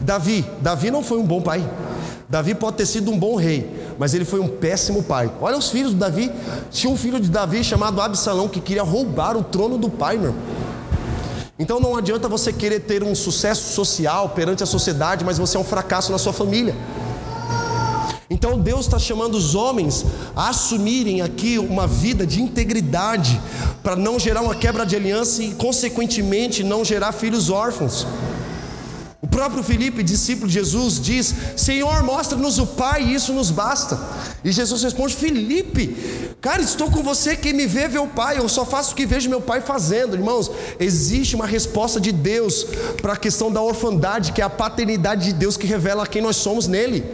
Davi, Davi não foi um bom pai. Davi pode ter sido um bom rei, mas ele foi um péssimo pai. Olha os filhos de Davi. Tinha um filho de Davi chamado Absalão que queria roubar o trono do pai, meu irmão. Então não adianta você querer ter um sucesso social perante a sociedade, mas você é um fracasso na sua família. Então Deus está chamando os homens a assumirem aqui uma vida de integridade, para não gerar uma quebra de aliança e consequentemente não gerar filhos órfãos. O próprio Filipe, discípulo de Jesus, diz: Senhor, mostra-nos o Pai e isso nos basta. E Jesus responde: Filipe, cara, estou com você, quem me vê vê o Pai, eu só faço o que vejo meu Pai fazendo. Irmãos, existe uma resposta de Deus para a questão da orfandade, que é a paternidade de Deus que revela quem nós somos nele.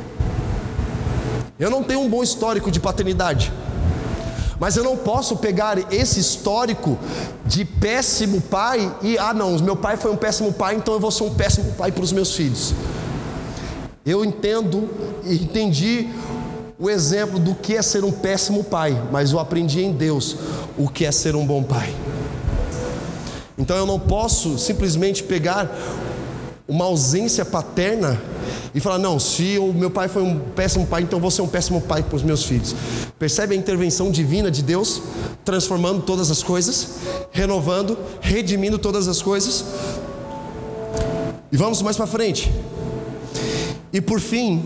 Eu não tenho um bom histórico de paternidade, mas eu não posso pegar esse histórico de péssimo pai e, ah não, meu pai foi um péssimo pai, então eu vou ser um péssimo pai para os meus filhos. Eu entendo e entendi o exemplo do que é ser um péssimo pai, mas eu aprendi em Deus o que é ser um bom pai. Então eu não posso simplesmente pegar uma ausência paterna e falar: não, se o meu pai foi um péssimo pai, então eu vou ser um péssimo pai para os meus filhos. Percebe a intervenção divina de Deus, transformando todas as coisas, renovando, redimindo todas as coisas. E vamos mais para frente. E por fim,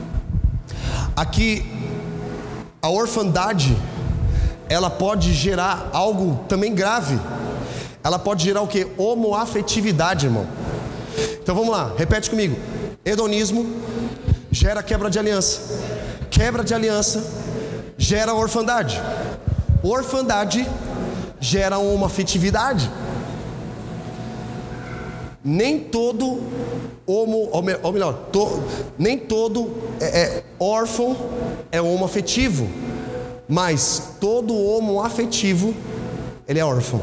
aqui a orfandade, ela pode gerar algo também grave. Ela pode gerar o que? Homoafetividade, irmão. Então vamos lá, repete comigo. Hedonismo gera quebra de aliança. Quebra de aliança gera orfandade. Orfandade gera uma afetividade. Nem todo homo, ou melhor, to, nem todo é, é, órfão é homoafetivo, mas todo homoafetivo ele é órfão.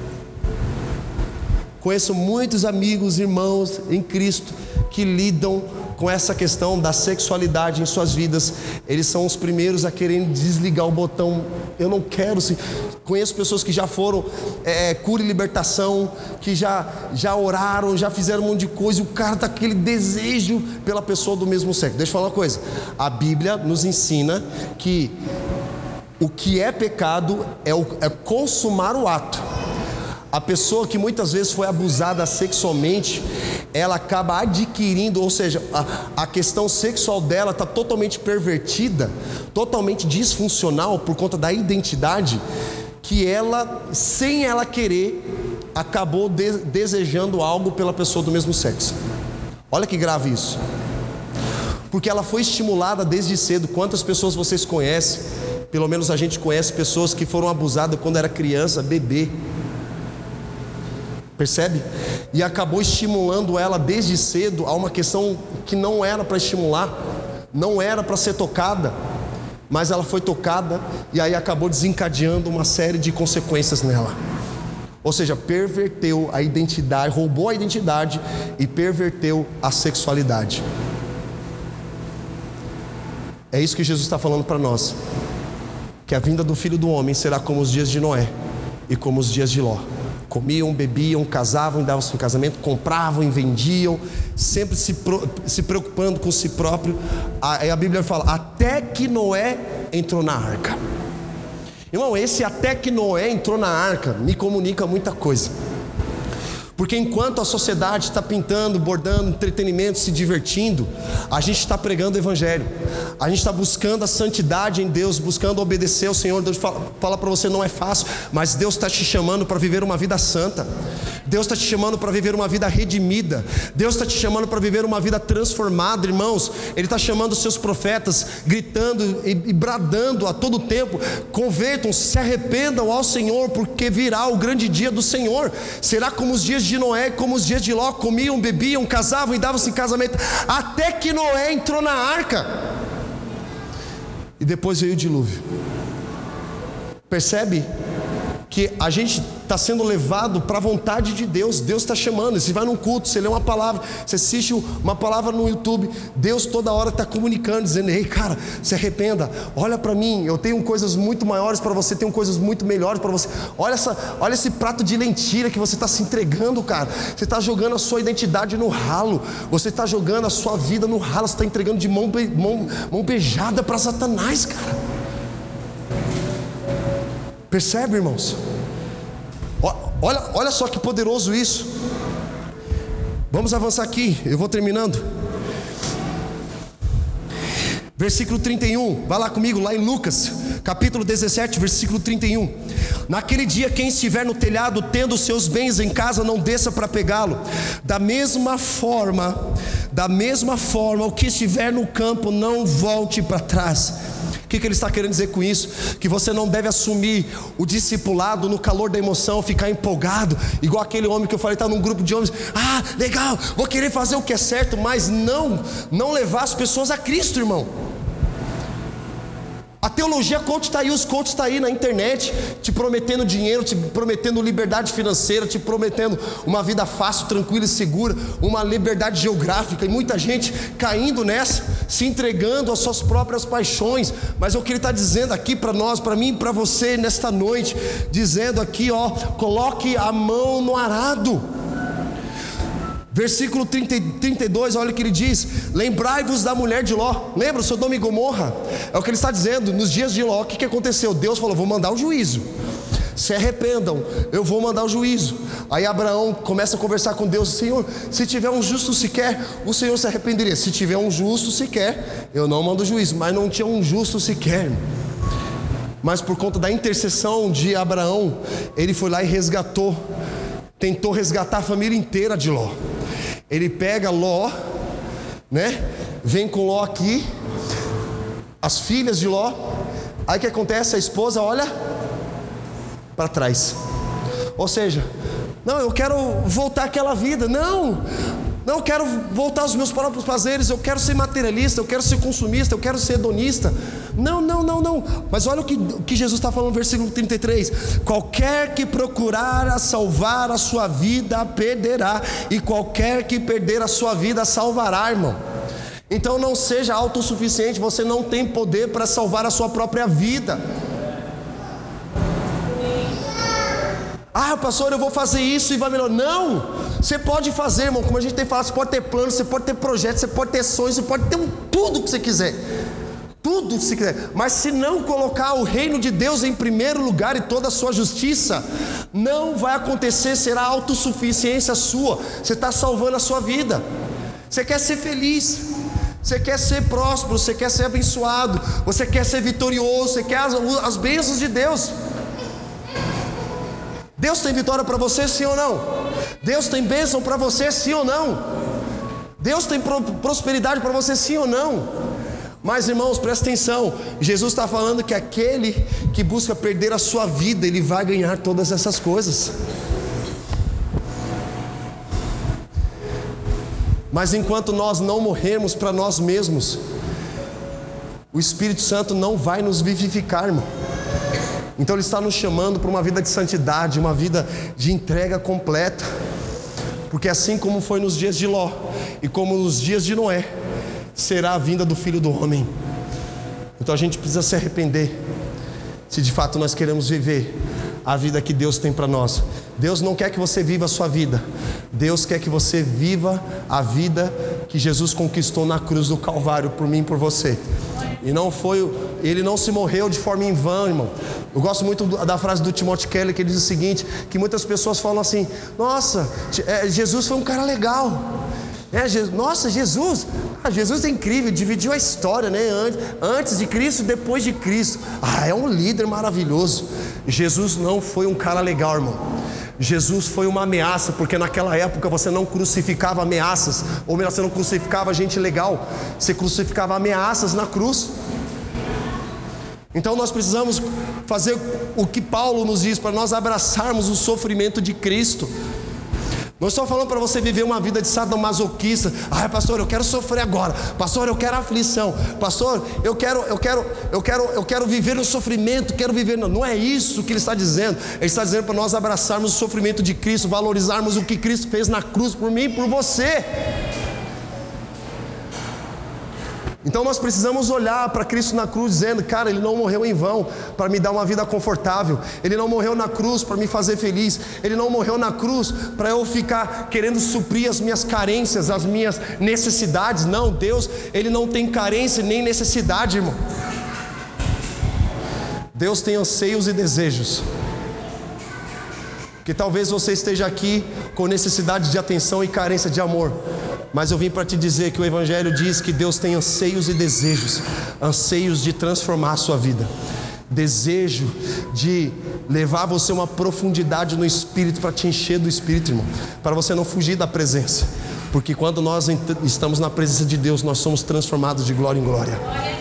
Conheço muitos amigos, irmãos em Cristo que lidam com essa questão da sexualidade em suas vidas. Eles são os primeiros a querer desligar o botão. Eu não quero. Se... Conheço pessoas que já foram é, cura e libertação, que já, já oraram, já fizeram um monte de coisa, e o cara está com aquele desejo pela pessoa do mesmo sexo. Deixa eu falar uma coisa. A Bíblia nos ensina que o que é pecado é, o, é consumar o ato. A pessoa que muitas vezes foi abusada sexualmente, ela acaba adquirindo, ou seja, a, a questão sexual dela está totalmente pervertida, totalmente disfuncional por conta da identidade, que ela, sem ela querer, acabou de, desejando algo pela pessoa do mesmo sexo. Olha que grave isso. Porque ela foi estimulada desde cedo. Quantas pessoas vocês conhecem? Pelo menos a gente conhece pessoas que foram abusadas quando era criança, bebê. Percebe? E acabou estimulando ela desde cedo a uma questão que não era para estimular, não era para ser tocada, mas ela foi tocada e aí acabou desencadeando uma série de consequências nela. Ou seja, perverteu a identidade, roubou a identidade e perverteu a sexualidade. É isso que Jesus está falando para nós, que a vinda do Filho do Homem será como os dias de Noé e como os dias de Ló. Comiam, bebiam, casavam, davam-se em casamento, compravam e vendiam, sempre se, pro, se preocupando com si próprio. Aí a Bíblia fala, até que Noé entrou na arca. Irmão, esse até que Noé entrou na arca me comunica muita coisa. Porque enquanto a sociedade está pintando, bordando, entretenimento, se divertindo, a gente está pregando o Evangelho. A gente está buscando a santidade em Deus, buscando obedecer ao Senhor. Deus fala, fala para você, não é fácil, mas Deus está te chamando para viver uma vida santa. Deus está te chamando para viver uma vida redimida. Deus está te chamando para viver uma vida transformada, irmãos. Ele está chamando os seus profetas, gritando e, e bradando a todo tempo: convertam-se, se arrependam ao Senhor, porque virá o grande dia do Senhor. Será como os dias de Noé, como os dias de Ló, comiam, bebiam, casavam e davam-se em casamento, até que Noé entrou na arca. E depois veio o dilúvio. Percebe que a gente está sendo levado para a vontade de Deus. Deus está chamando. Você vai num culto, você lê uma palavra, você assiste uma palavra no YouTube, Deus toda hora está comunicando, dizendo: ei cara, se arrependa, olha para mim, eu tenho coisas muito maiores para você, tenho coisas muito melhores para você. Olha, essa, olha esse prato de lentilha que você está se entregando, cara. Você está jogando a sua identidade no ralo, você está jogando a sua vida no ralo, você está entregando de mão, be, mão, mão beijada para Satanás, cara. Percebe, irmãos? Olha, olha só que poderoso isso. Vamos avançar aqui, eu vou terminando. Versículo trinta e um, vai lá comigo, lá em Lucas, capítulo dezessete, versículo trinta e um. Naquele dia, quem estiver no telhado, tendo seus bens em casa, não desça para pegá-lo. Da mesma forma, da mesma forma, o que estiver no campo, não volte para trás. O que, que ele está querendo dizer com isso? Que você não deve assumir o discipulado no calor da emoção, ficar empolgado, igual aquele homem que eu falei, está num grupo de homens, ah, legal, vou querer fazer o que é certo, mas não, não levar as pessoas a Cristo, irmão. A teologia coach está aí, os coaches estão aí na internet, te prometendo dinheiro, te prometendo liberdade financeira, te prometendo uma vida fácil, tranquila e segura, uma liberdade geográfica, e muita gente caindo nessa, se entregando às suas próprias paixões. Mas é o que ele está dizendo aqui para nós, para mim e para você nesta noite, dizendo aqui, ó, coloque a mão no arado. Versículo trinta, trinta e dois, olha o que ele diz: lembrai-vos da mulher de Ló. Lembra, Sodoma e Gomorra? É o que ele está dizendo. Nos dias de Ló, o que, que aconteceu? Deus falou: vou mandar o juízo, se arrependam, eu vou mandar o juízo. Aí Abraão começa a conversar com Deus: Senhor, se tiver um justo sequer, o Senhor se arrependeria. Se tiver um justo sequer, eu não mando o juízo. Mas não tinha um justo sequer. Mas por conta da intercessão de Abraão, ele foi lá e resgatou, tentou resgatar a família inteira de Ló. Ele pega Ló, né? Vem com Ló aqui, as filhas de Ló. Aí o que acontece? A esposa olha para trás. Ou seja, não, eu quero voltar àquela vida. Não, não, eu quero voltar aos meus próprios prazeres. Eu quero ser materialista, eu quero ser consumista, eu quero ser hedonista. Não, não, não, não. Mas olha o que, o que Jesus está falando no versículo trinta e três: qualquer que procurar a salvar a sua vida, a perderá, e qualquer que perder a sua vida, a salvará, irmão. Então não seja autossuficiente. Você não tem poder para salvar a sua própria vida. Ah, pastor, eu vou fazer isso e vai melhor. Não, você pode fazer, irmão. Como a gente tem falado, você pode ter planos, você pode ter projetos, você pode ter sonhos, você pode ter um, tudo que você quiser, tudo que você quiser. Mas se não colocar o reino de Deus em primeiro lugar e toda a sua justiça, não vai acontecer. Será autossuficiência sua. Você está salvando a sua vida. Você quer ser feliz, você quer ser próspero, você quer ser abençoado, você quer ser vitorioso, você quer as, as bênçãos de Deus. Deus tem vitória para você, sim ou não? Deus tem bênção para você, sim ou não? Deus tem pro, prosperidade para você, sim ou não? Mas, irmãos, presta atenção. Jesus está falando que aquele que busca perder a sua vida, ele vai ganhar todas essas coisas. Mas enquanto nós não morrermos para nós mesmos, o Espírito Santo não vai nos vivificar, irmão. Então Ele está nos chamando para uma vida de santidade, uma vida de entrega completa. Porque assim como foi nos dias de Ló e como nos dias de Noé, será a vinda do Filho do Homem. Então a gente precisa se arrepender, se de fato nós queremos viver a vida que Deus tem para nós. Deus não quer que você viva a sua vida, Deus quer que você viva a vida que Jesus conquistou na cruz do Calvário por mim e por você. E não foi, Ele não se morreu de forma em vão, irmão. Eu gosto muito da frase do Timothy Keller, que ele diz o seguinte, que muitas pessoas falam assim: nossa, Jesus foi um cara legal. É, nossa, Jesus, ah, Jesus é incrível, dividiu a história, né? Antes de Cristo e depois de Cristo. Ah, é um líder maravilhoso. Jesus não foi um cara legal, irmão. Jesus foi uma ameaça, porque naquela época você não crucificava ameaças, ou melhor, você não crucificava gente legal, você crucificava ameaças na cruz. Então nós precisamos fazer o que Paulo nos diz, para nós abraçarmos o sofrimento de Cristo, Não estou falando para você viver uma vida de sadomasoquista. Ai, pastor, eu quero sofrer agora. Pastor, eu quero aflição. Pastor, eu quero, eu quero, eu quero, eu quero viver no sofrimento. Quero viver. Não, não é isso que ele está dizendo. Ele está dizendo para nós abraçarmos o sofrimento de Cristo, valorizarmos o que Cristo fez na cruz por mim e por você. Então nós precisamos olhar para Cristo na cruz dizendo: cara, Ele não morreu em vão para me dar uma vida confortável. Ele não morreu na cruz para me fazer feliz. Ele não morreu na cruz para eu ficar querendo suprir as minhas carências, as minhas necessidades. Não, Deus, Ele não tem carência nem necessidade, irmão. Deus tem anseios e desejos. Que talvez você esteja aqui com necessidade de atenção e carência de amor, mas eu vim para te dizer que o Evangelho diz que Deus tem anseios e desejos, anseios de transformar a sua vida, desejo de levar você a uma profundidade no Espírito, para te encher do Espírito, irmão, para você não fugir da presença, porque quando nós estamos na presença de Deus, nós somos transformados de glória em glória.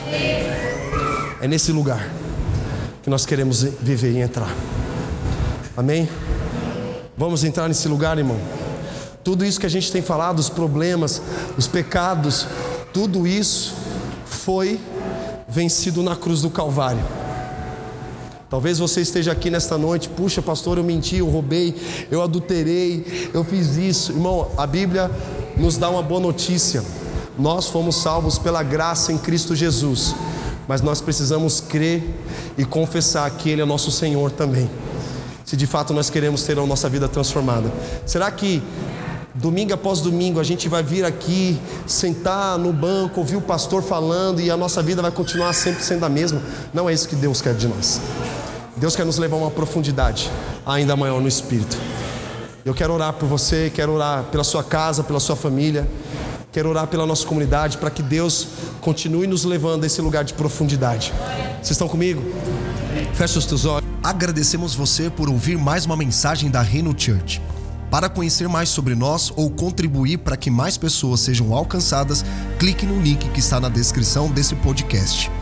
É nesse lugar que nós queremos viver e entrar. Amém? Vamos entrar nesse lugar, irmão. Tudo isso que a gente tem falado, os problemas, os pecados, tudo isso foi vencido na cruz do Calvário. Talvez você esteja aqui nesta noite: puxa, pastor, eu menti, eu roubei, eu adulterei, eu fiz isso. Irmão, a Bíblia nos dá uma boa notícia. Nós fomos salvos pela graça em Cristo Jesus, mas nós precisamos crer e confessar que Ele é nosso Senhor também, se de fato nós queremos ter a nossa vida transformada. Será que domingo após domingo a gente vai vir aqui, sentar no banco, ouvir o pastor falando e a nossa vida vai continuar sempre sendo a mesma? Não é isso que Deus quer de nós. Deus quer nos levar a uma profundidade ainda maior no Espírito. Eu quero orar por você, quero orar pela sua casa, pela sua família, quero orar pela nossa comunidade, para que Deus continue nos levando a esse lugar de profundidade. Vocês estão comigo? Feche os teus olhos. Agradecemos você por ouvir mais uma mensagem da Reino Church. Para conhecer mais sobre nós ou contribuir para que mais pessoas sejam alcançadas, clique no link que está na descrição desse podcast.